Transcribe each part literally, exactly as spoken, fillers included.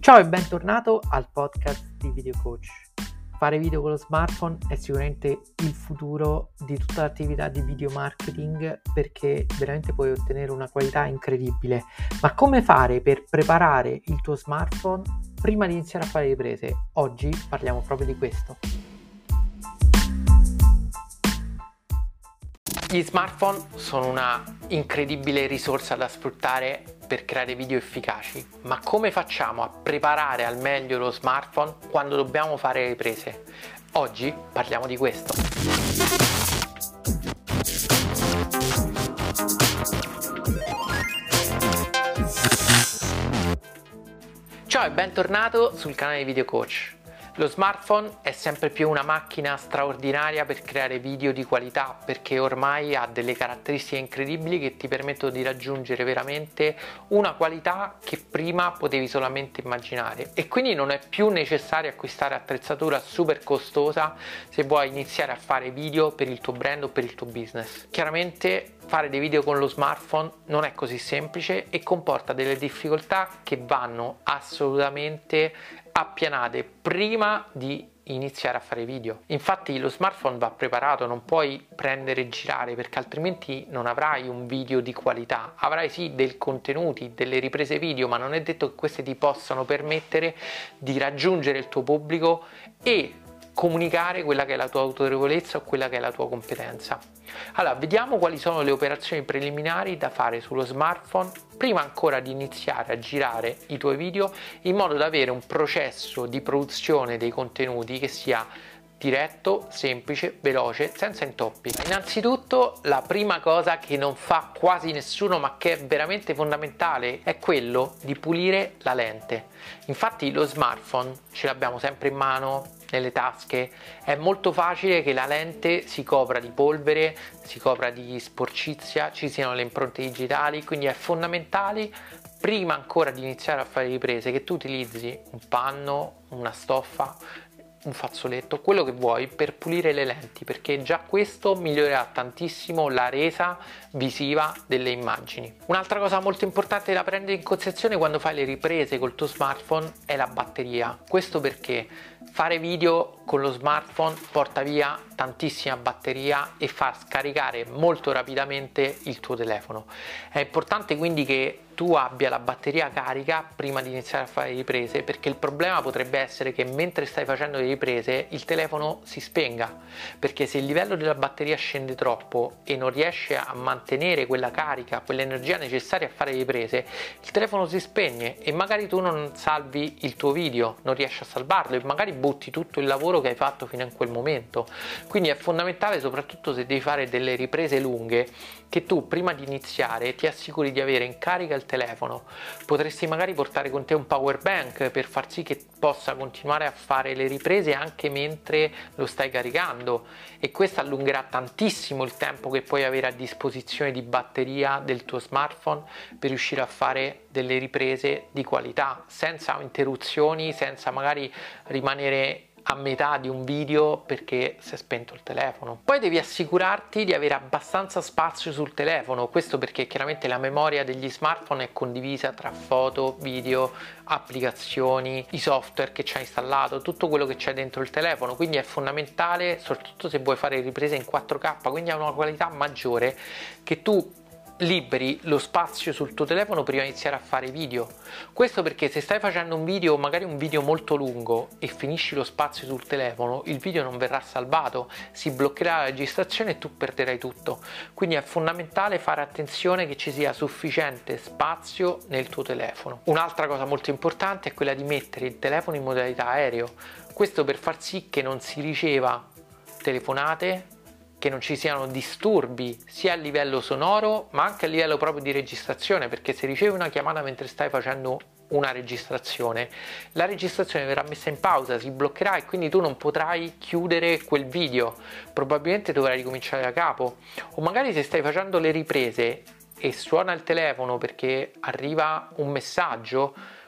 Ciao e bentornato al podcast di Video Coach. Fare video con lo smartphone è sicuramente il futuro di tutta l'attività di video marketing, perché veramente puoi ottenere una qualità incredibile. Ma come fare per preparare il tuo smartphone prima di iniziare a fare riprese? Oggi parliamo proprio di questo. Gli smartphone sono una incredibile risorsa da sfruttare per creare video efficaci, ma come facciamo a preparare al meglio lo smartphone quando dobbiamo fare riprese? Oggi parliamo di questo. Ciao e bentornato sul canale di Video Coach. Lo smartphone è sempre più una macchina straordinaria per creare video di qualità, perché ormai ha delle caratteristiche incredibili che ti permettono di raggiungere veramente una qualità che prima potevi solamente immaginare, e quindi non è più necessario acquistare attrezzatura super costosa se vuoi iniziare a fare video per il tuo brand o per il tuo business. Chiaramente fare dei video con lo smartphone non è così semplice e comporta delle difficoltà che vanno assolutamente appianate prima di iniziare a fare video. Infatti lo smartphone va preparato, non puoi prendere e girare, perché altrimenti non avrai un video di qualità. Avrai sì dei contenuti, delle riprese video, ma non è detto che queste ti possano permettere di raggiungere il tuo pubblico e comunicare quella che è la tua autorevolezza o quella che è la tua competenza. Allora, vediamo quali sono le operazioni preliminari da fare sullo smartphone prima ancora di iniziare a girare i tuoi video, in modo da avere un processo di produzione dei contenuti che sia diretto, semplice, veloce, senza intoppi. Innanzitutto, la prima cosa che non fa quasi nessuno, ma che è veramente fondamentale, è quello di pulire la lente. Infatti lo smartphone ce l'abbiamo sempre in mano, nelle tasche, è molto facile che la lente si copra di polvere, si copra di sporcizia, ci siano le impronte digitali, quindi è fondamentale prima ancora di iniziare a fare riprese che tu utilizzi un panno, una stoffa, un fazzoletto, quello che vuoi, per pulire le lenti, perché già questo migliorerà tantissimo la resa visiva delle immagini. Un'altra cosa molto importante da prendere in considerazione quando fai le riprese col tuo smartphone è la batteria. Questo perché fare video con lo smartphone porta via tantissima batteria e fa scaricare molto rapidamente il tuo telefono. È importante quindi che tu abbia la batteria carica prima di iniziare a fare riprese, perché il problema potrebbe essere che mentre stai facendo le riprese il telefono si spenga, perché se il livello della batteria scende troppo e non riesce a mantenere quella carica, quell'energia necessaria a fare le riprese, il telefono si spegne e magari tu non salvi il tuo video, non riesci a salvarlo e magari butti tutto il lavoro che hai fatto fino a quel momento. Quindi è fondamentale, soprattutto se devi fare delle riprese lunghe, che tu prima di iniziare ti assicuri di avere in carica il telefono. Potresti magari portare con te un power bank per far sì che possa continuare a fare le riprese anche mentre lo stai caricando, e questo allungherà tantissimo il tempo che puoi avere a disposizione di batteria del tuo smartphone per riuscire a fare delle riprese di qualità, senza interruzioni, senza magari rimanere a metà di un video perché si è spento il telefono. Poi devi assicurarti di avere abbastanza spazio sul telefono, questo perché chiaramente la memoria degli smartphone è condivisa tra foto, video, applicazioni, i software che c'è installato, tutto quello che c'è dentro il telefono, quindi è fondamentale, soprattutto se vuoi fare riprese in quattro K, quindi ha una qualità maggiore, che tu liberi lo spazio sul tuo telefono prima di iniziare a fare video. Questo perché se stai facendo un video, magari un video molto lungo, e finisci lo spazio sul telefono, il video non verrà salvato, si bloccherà la registrazione e tu perderai tutto. Quindi è fondamentale fare attenzione che ci sia sufficiente spazio nel tuo telefono. Un'altra cosa molto importante è quella di mettere il telefono in modalità aereo, questo per far sì che non si riceva telefonate, che non ci siano disturbi sia a livello sonoro ma anche a livello proprio di registrazione, perché se ricevi una chiamata mentre stai facendo una registrazione, la registrazione verrà messa in pausa, si bloccherà e quindi tu non potrai chiudere quel video, probabilmente dovrai ricominciare da capo. O magari se stai facendo le riprese e suona il telefono perché arriva un messaggio,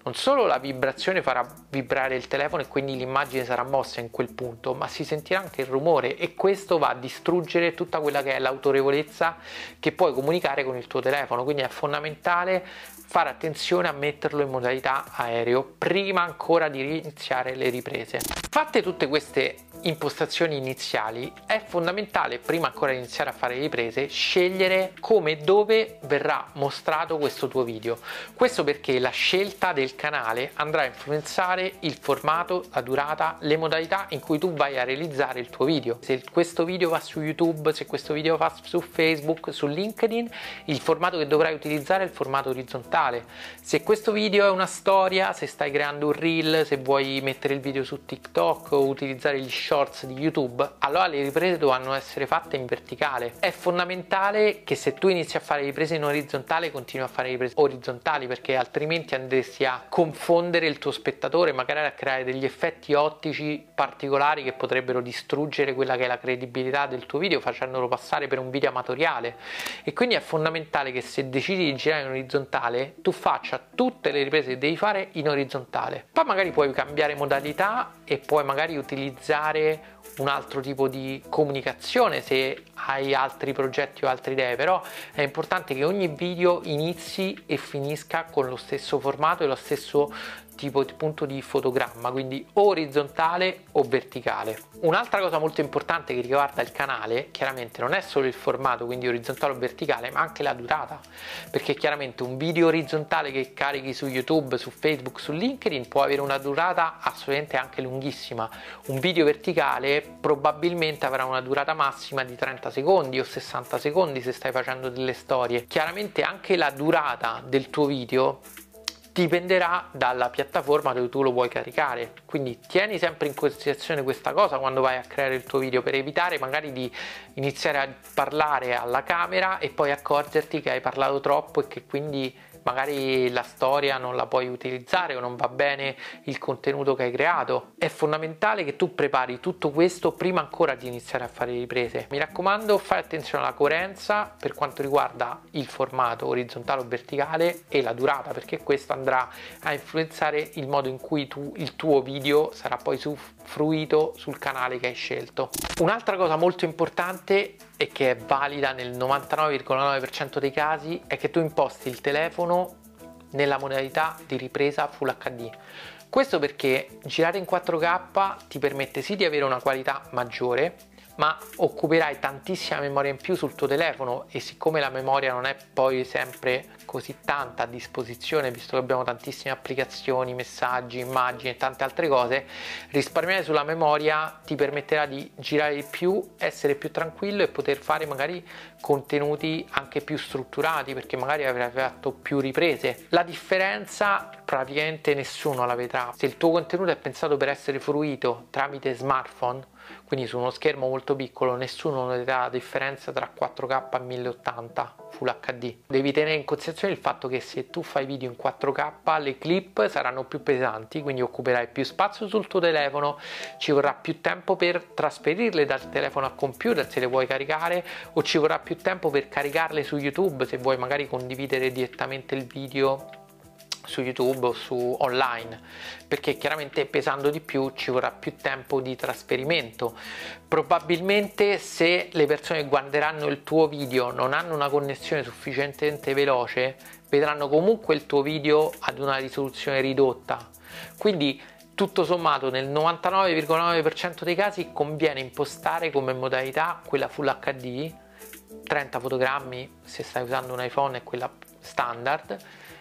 non solo la vibrazione farà vibrare il telefono e quindi l'immagine sarà mossa in quel punto, ma si sentirà anche il rumore, e questo va a distruggere tutta quella che è l'autorevolezza che puoi comunicare con il tuo telefono. Quindi è fondamentale fare attenzione a metterlo in modalità aereo prima ancora di iniziare le riprese. Fatte tutte queste impostazioni iniziali, è fondamentale prima ancora di iniziare a fare le riprese scegliere come e dove verrà mostrato questo tuo video. Questo perché la scelta del canale andrà a influenzare il formato, la durata, le modalità in cui tu vai a realizzare il tuo video. Se questo video va su YouTube, se questo video va su Facebook, su LinkedIn, il formato che dovrai utilizzare è il formato orizzontale. Se questo video è una storia, se stai creando un reel, se vuoi mettere il video su TikTok o utilizzare gli shorts di YouTube, allora le riprese dovranno essere fatte in verticale. È fondamentale che se tu inizi a fare riprese in orizzontale continui a fare riprese orizzontali, perché altrimenti andresti a confondere il tuo spettatore, magari a creare degli effetti ottici particolari che potrebbero distruggere quella che è la credibilità del tuo video, facendolo passare per un video amatoriale. E quindi è fondamentale che se decidi di girare in orizzontale tu faccia tutte le riprese che devi fare in orizzontale. Poi magari puoi cambiare modalità e puoi magari utilizzare un altro tipo di comunicazione se hai altri progetti o altre idee, però è importante che ogni video inizi e finisca con lo stesso formato e lo stesso tipo di punto di fotogramma, quindi o orizzontale o verticale. Un'altra cosa molto importante che riguarda il canale chiaramente non è solo il formato, quindi orizzontale o verticale, ma anche la durata, perché chiaramente un video orizzontale che carichi su YouTube, su Facebook, su LinkedIn può avere una durata assolutamente anche lunghissima. Un video verticale probabilmente avrà una durata massima di trenta secondi o sessanta secondi se stai facendo delle storie. Chiaramente anche la durata del tuo video dipenderà dalla piattaforma dove tu lo vuoi caricare, quindi tieni sempre in considerazione questa cosa quando vai a creare il tuo video, per evitare magari di iniziare a parlare alla camera e poi accorgerti che hai parlato troppo e che quindi magari la storia non la puoi utilizzare o non va bene il contenuto che hai creato. È fondamentale che tu prepari tutto questo prima ancora di iniziare a fare le riprese. Mi raccomando, fai attenzione alla coerenza per quanto riguarda il formato orizzontale o verticale e la durata, perché questo andrà a influenzare il modo in cui tu, il tuo video sarà poi fruito sul canale che hai scelto. Un'altra cosa molto importante e che è valida nel novantanove virgola nove per cento dei casi è che tu imposti il telefono nella modalità di ripresa Full acca di. Questo perché girare in quattro K ti permette sì di avere una qualità maggiore, ma occuperai tantissima memoria in più sul tuo telefono, e siccome la memoria non è poi sempre così tanta a disposizione, visto che abbiamo tantissime applicazioni, messaggi, immagini e tante altre cose, risparmiare sulla memoria ti permetterà di girare di più, essere più tranquillo e poter fare magari contenuti anche più strutturati, perché magari avrai fatto più riprese. La differenza praticamente nessuno la vedrà. Se il tuo contenuto è pensato per essere fruito tramite smartphone, quindi su uno schermo molto piccolo, nessuno noterà la differenza tra quattro K e mille ottanta Full acca di. Devi tenere in considerazione il fatto che se tu fai video in quattro K le clip saranno più pesanti, quindi occuperai più spazio sul tuo telefono, ci vorrà più tempo per trasferirle dal telefono al computer se le vuoi caricare, o ci vorrà più tempo per caricarle su YouTube se vuoi magari condividere direttamente il video su YouTube o su online, perché chiaramente pesando di più ci vorrà più tempo di trasferimento. Probabilmente se le persone che guarderanno il tuo video non hanno una connessione sufficientemente veloce, vedranno comunque il tuo video ad una risoluzione ridotta, quindi tutto sommato nel novantanove virgola nove per cento dei casi conviene impostare come modalità quella Full acca di, trenta fotogrammi se stai usando un iPhone è quella standard,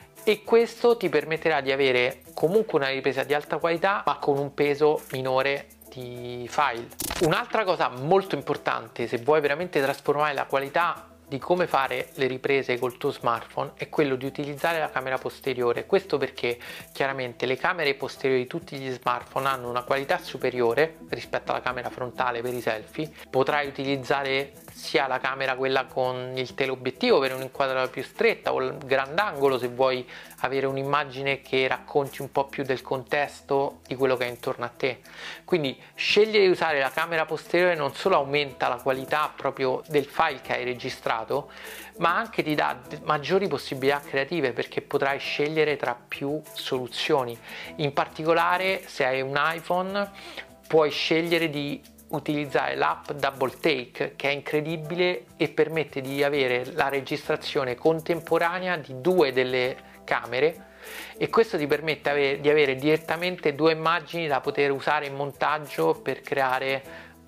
e questo ti permetterà di avere comunque una ripresa di alta qualità ma con un peso minore di file. Un'altra cosa molto importante se vuoi veramente trasformare la qualità di come fare le riprese col tuo smartphone è quello di utilizzare la camera posteriore. Questo perché chiaramente le camere posteriori di tutti gli smartphone hanno una qualità superiore rispetto alla camera frontale per i selfie. Potrai utilizzare sia la camera quella con il teleobiettivo per un'inquadratura più stretta o il grandangolo se vuoi avere un'immagine che racconti un po' più del contesto di quello che è intorno a te. Quindi scegliere di usare la camera posteriore non solo aumenta la qualità proprio del file che hai registrato, ma anche ti dà maggiori possibilità creative perché potrai scegliere tra più soluzioni. In particolare se hai un iPhone puoi scegliere di utilizzare l'app Double Take, che è incredibile e permette di avere la registrazione contemporanea di due delle camere, e questo ti permette ave- di avere direttamente due immagini da poter usare in montaggio per creare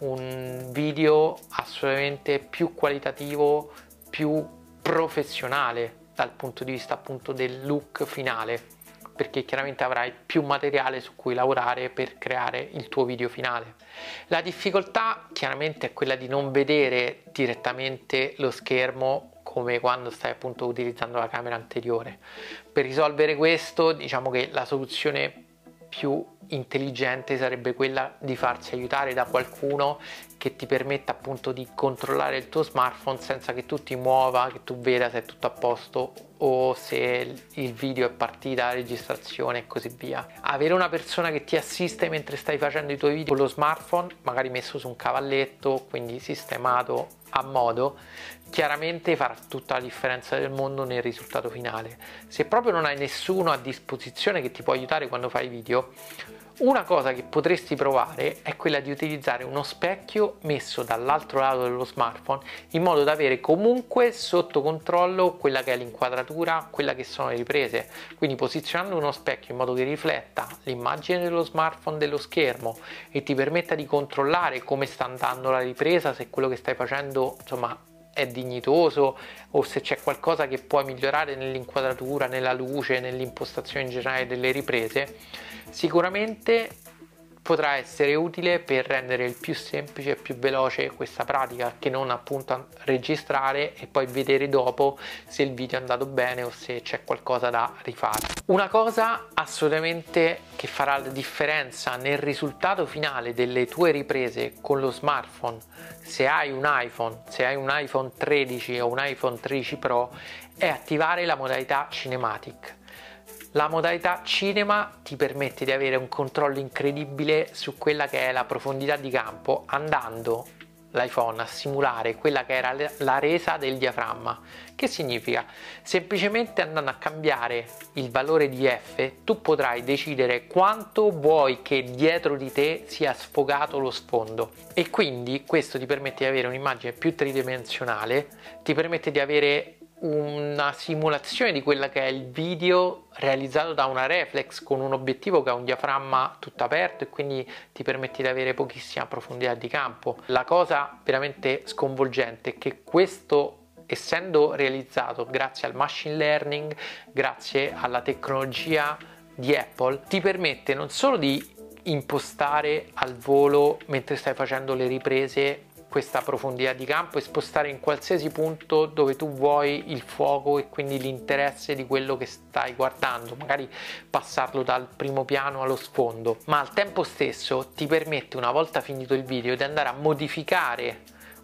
un video assolutamente più qualitativo, più professionale dal punto di vista appunto del look finale, perché chiaramente avrai più materiale su cui lavorare per creare il tuo video finale. La difficoltà chiaramente è quella di non vedere direttamente lo schermo come quando stai appunto utilizzando la camera anteriore. Per risolvere questo, diciamo che la soluzione più intelligente sarebbe quella di farsi aiutare da qualcuno che ti permetta appunto di controllare il tuo smartphone senza che tu ti muova, che tu veda se è tutto a posto o se il video è partita, la registrazione e così via. Avere una persona che ti assiste mentre stai facendo i tuoi video con lo smartphone, magari messo su un cavalletto, quindi sistemato a modo, chiaramente farà tutta la differenza del mondo nel risultato finale. Se proprio non hai nessuno a disposizione che ti può aiutare quando fai video, una cosa che potresti provare è quella di utilizzare uno specchio messo dall'altro lato dello smartphone in modo da avere comunque sotto controllo quella che è l'inquadratura, quella che sono le riprese. Quindi posizionando uno specchio in modo che rifletta l'immagine dello smartphone dello schermo e ti permetta di controllare come sta andando la ripresa, se quello che stai facendo insomma è dignitoso o se c'è qualcosa che puoi migliorare nell'inquadratura, nella luce, nell'impostazione in generale delle riprese, sicuramente potrà essere utile per rendere il più semplice e più veloce questa pratica, che non appunto registrare e poi vedere dopo se il video è andato bene o se c'è qualcosa da rifare. Una cosa assolutamente che farà la differenza nel risultato finale delle tue riprese con lo smartphone, se hai un iPhone, se hai un iPhone tredici o un iPhone tredici Pro, è attivare la modalità Cinematic. La modalità cinema ti permette di avere un controllo incredibile su quella che è la profondità di campo, andando l'iPhone a simulare quella che era la resa del diaframma. Che significa? Semplicemente andando a cambiare il valore di F, tu potrai decidere quanto vuoi che dietro di te sia sfogato lo sfondo, e quindi questo ti permette di avere un'immagine più tridimensionale, ti permette di avere una simulazione di quella che è il video realizzato da una reflex con un obiettivo che ha un diaframma tutto aperto e quindi ti permette di avere pochissima profondità di campo. La cosa veramente sconvolgente è che questo, essendo realizzato grazie al machine learning, grazie alla tecnologia di Apple, ti permette non solo di impostare al volo mentre stai facendo le riprese questa profondità di campo e spostare in qualsiasi punto dove tu vuoi il fuoco e quindi l'interesse di quello che stai guardando, magari passarlo dal primo piano allo sfondo, ma al tempo stesso ti permette, una volta finito il video, di andare a modificare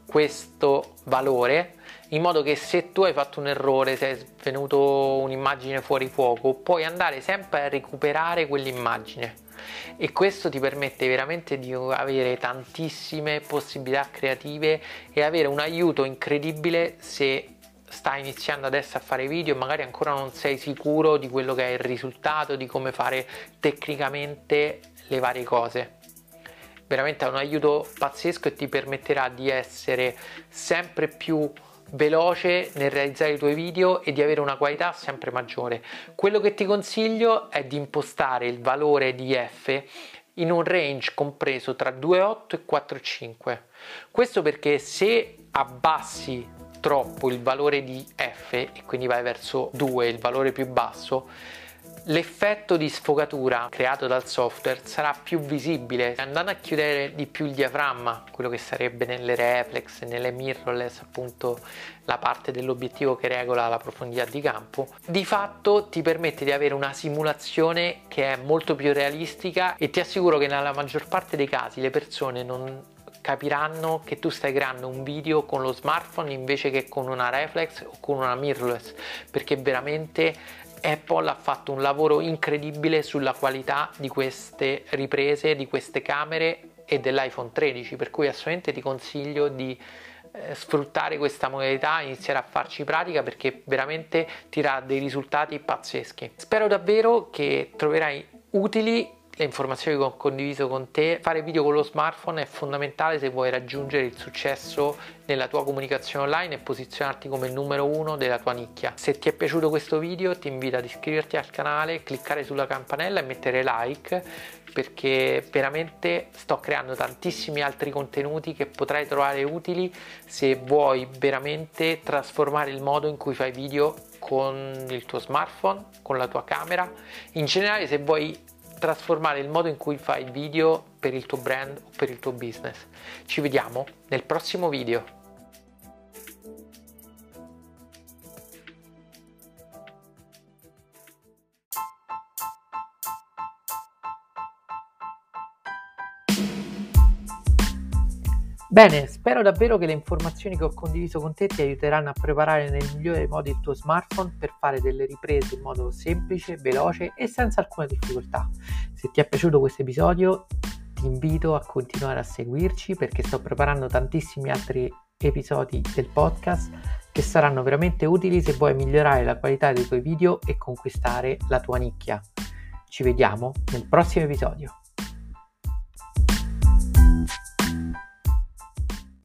questo valore in modo che se tu hai fatto un errore, se è venuto un'immagine fuori fuoco, puoi andare sempre a recuperare quell'immagine. E questo ti permette veramente di avere tantissime possibilità creative e avere un aiuto incredibile se stai iniziando adesso a fare video e magari ancora non sei sicuro di quello che è il risultato, di come fare tecnicamente le varie cose. Veramente è un aiuto pazzesco e ti permetterà di essere sempre più veloce nel realizzare i tuoi video e di avere una qualità sempre maggiore. Quello che ti consiglio è di impostare il valore di F in un range compreso tra due virgola otto e quattro virgola cinque. Questo perché se abbassi troppo il valore di F e quindi vai verso due, il valore più basso, l'effetto di sfogatura creato dal software sarà più visibile. Andando a chiudere di più il diaframma, quello che sarebbe nelle reflex, nelle mirrorless, appunto la parte dell'obiettivo che regola la profondità di campo, di fatto ti permette di avere una simulazione che è molto più realistica, e ti assicuro che nella maggior parte dei casi le persone non capiranno che tu stai creando un video con lo smartphone invece che con una reflex o con una mirrorless, perché veramente Apple ha fatto un lavoro incredibile sulla qualità di queste riprese, di queste camere e dell'iPhone tredici, per cui assolutamente ti consiglio di eh, sfruttare questa modalità, iniziare a farci pratica, perché veramente ti dà dei risultati pazzeschi. Spero davvero che troverai utili le informazioni che ho condiviso con te. Fare video con lo smartphone è fondamentale se vuoi raggiungere il successo nella tua comunicazione online e posizionarti come il numero uno della tua nicchia. Se ti è piaciuto questo video ti invito ad iscriverti al canale, cliccare sulla campanella e mettere like, perché veramente sto creando tantissimi altri contenuti che potrai trovare utili se vuoi veramente trasformare il modo in cui fai video con il tuo smartphone, con la tua camera, in generale se vuoi trasformare il modo in cui fai video per il tuo brand o per il tuo business. Ci vediamo nel prossimo video. Bene, spero davvero che le informazioni che ho condiviso con te ti aiuteranno a preparare nel migliore modo il tuo smartphone per fare delle riprese in modo semplice, veloce e senza alcuna difficoltà. Se ti è piaciuto questo episodio ti invito a continuare a seguirci, perché sto preparando tantissimi altri episodi del podcast che saranno veramente utili se vuoi migliorare la qualità dei tuoi video e conquistare la tua nicchia. Ci vediamo nel prossimo episodio.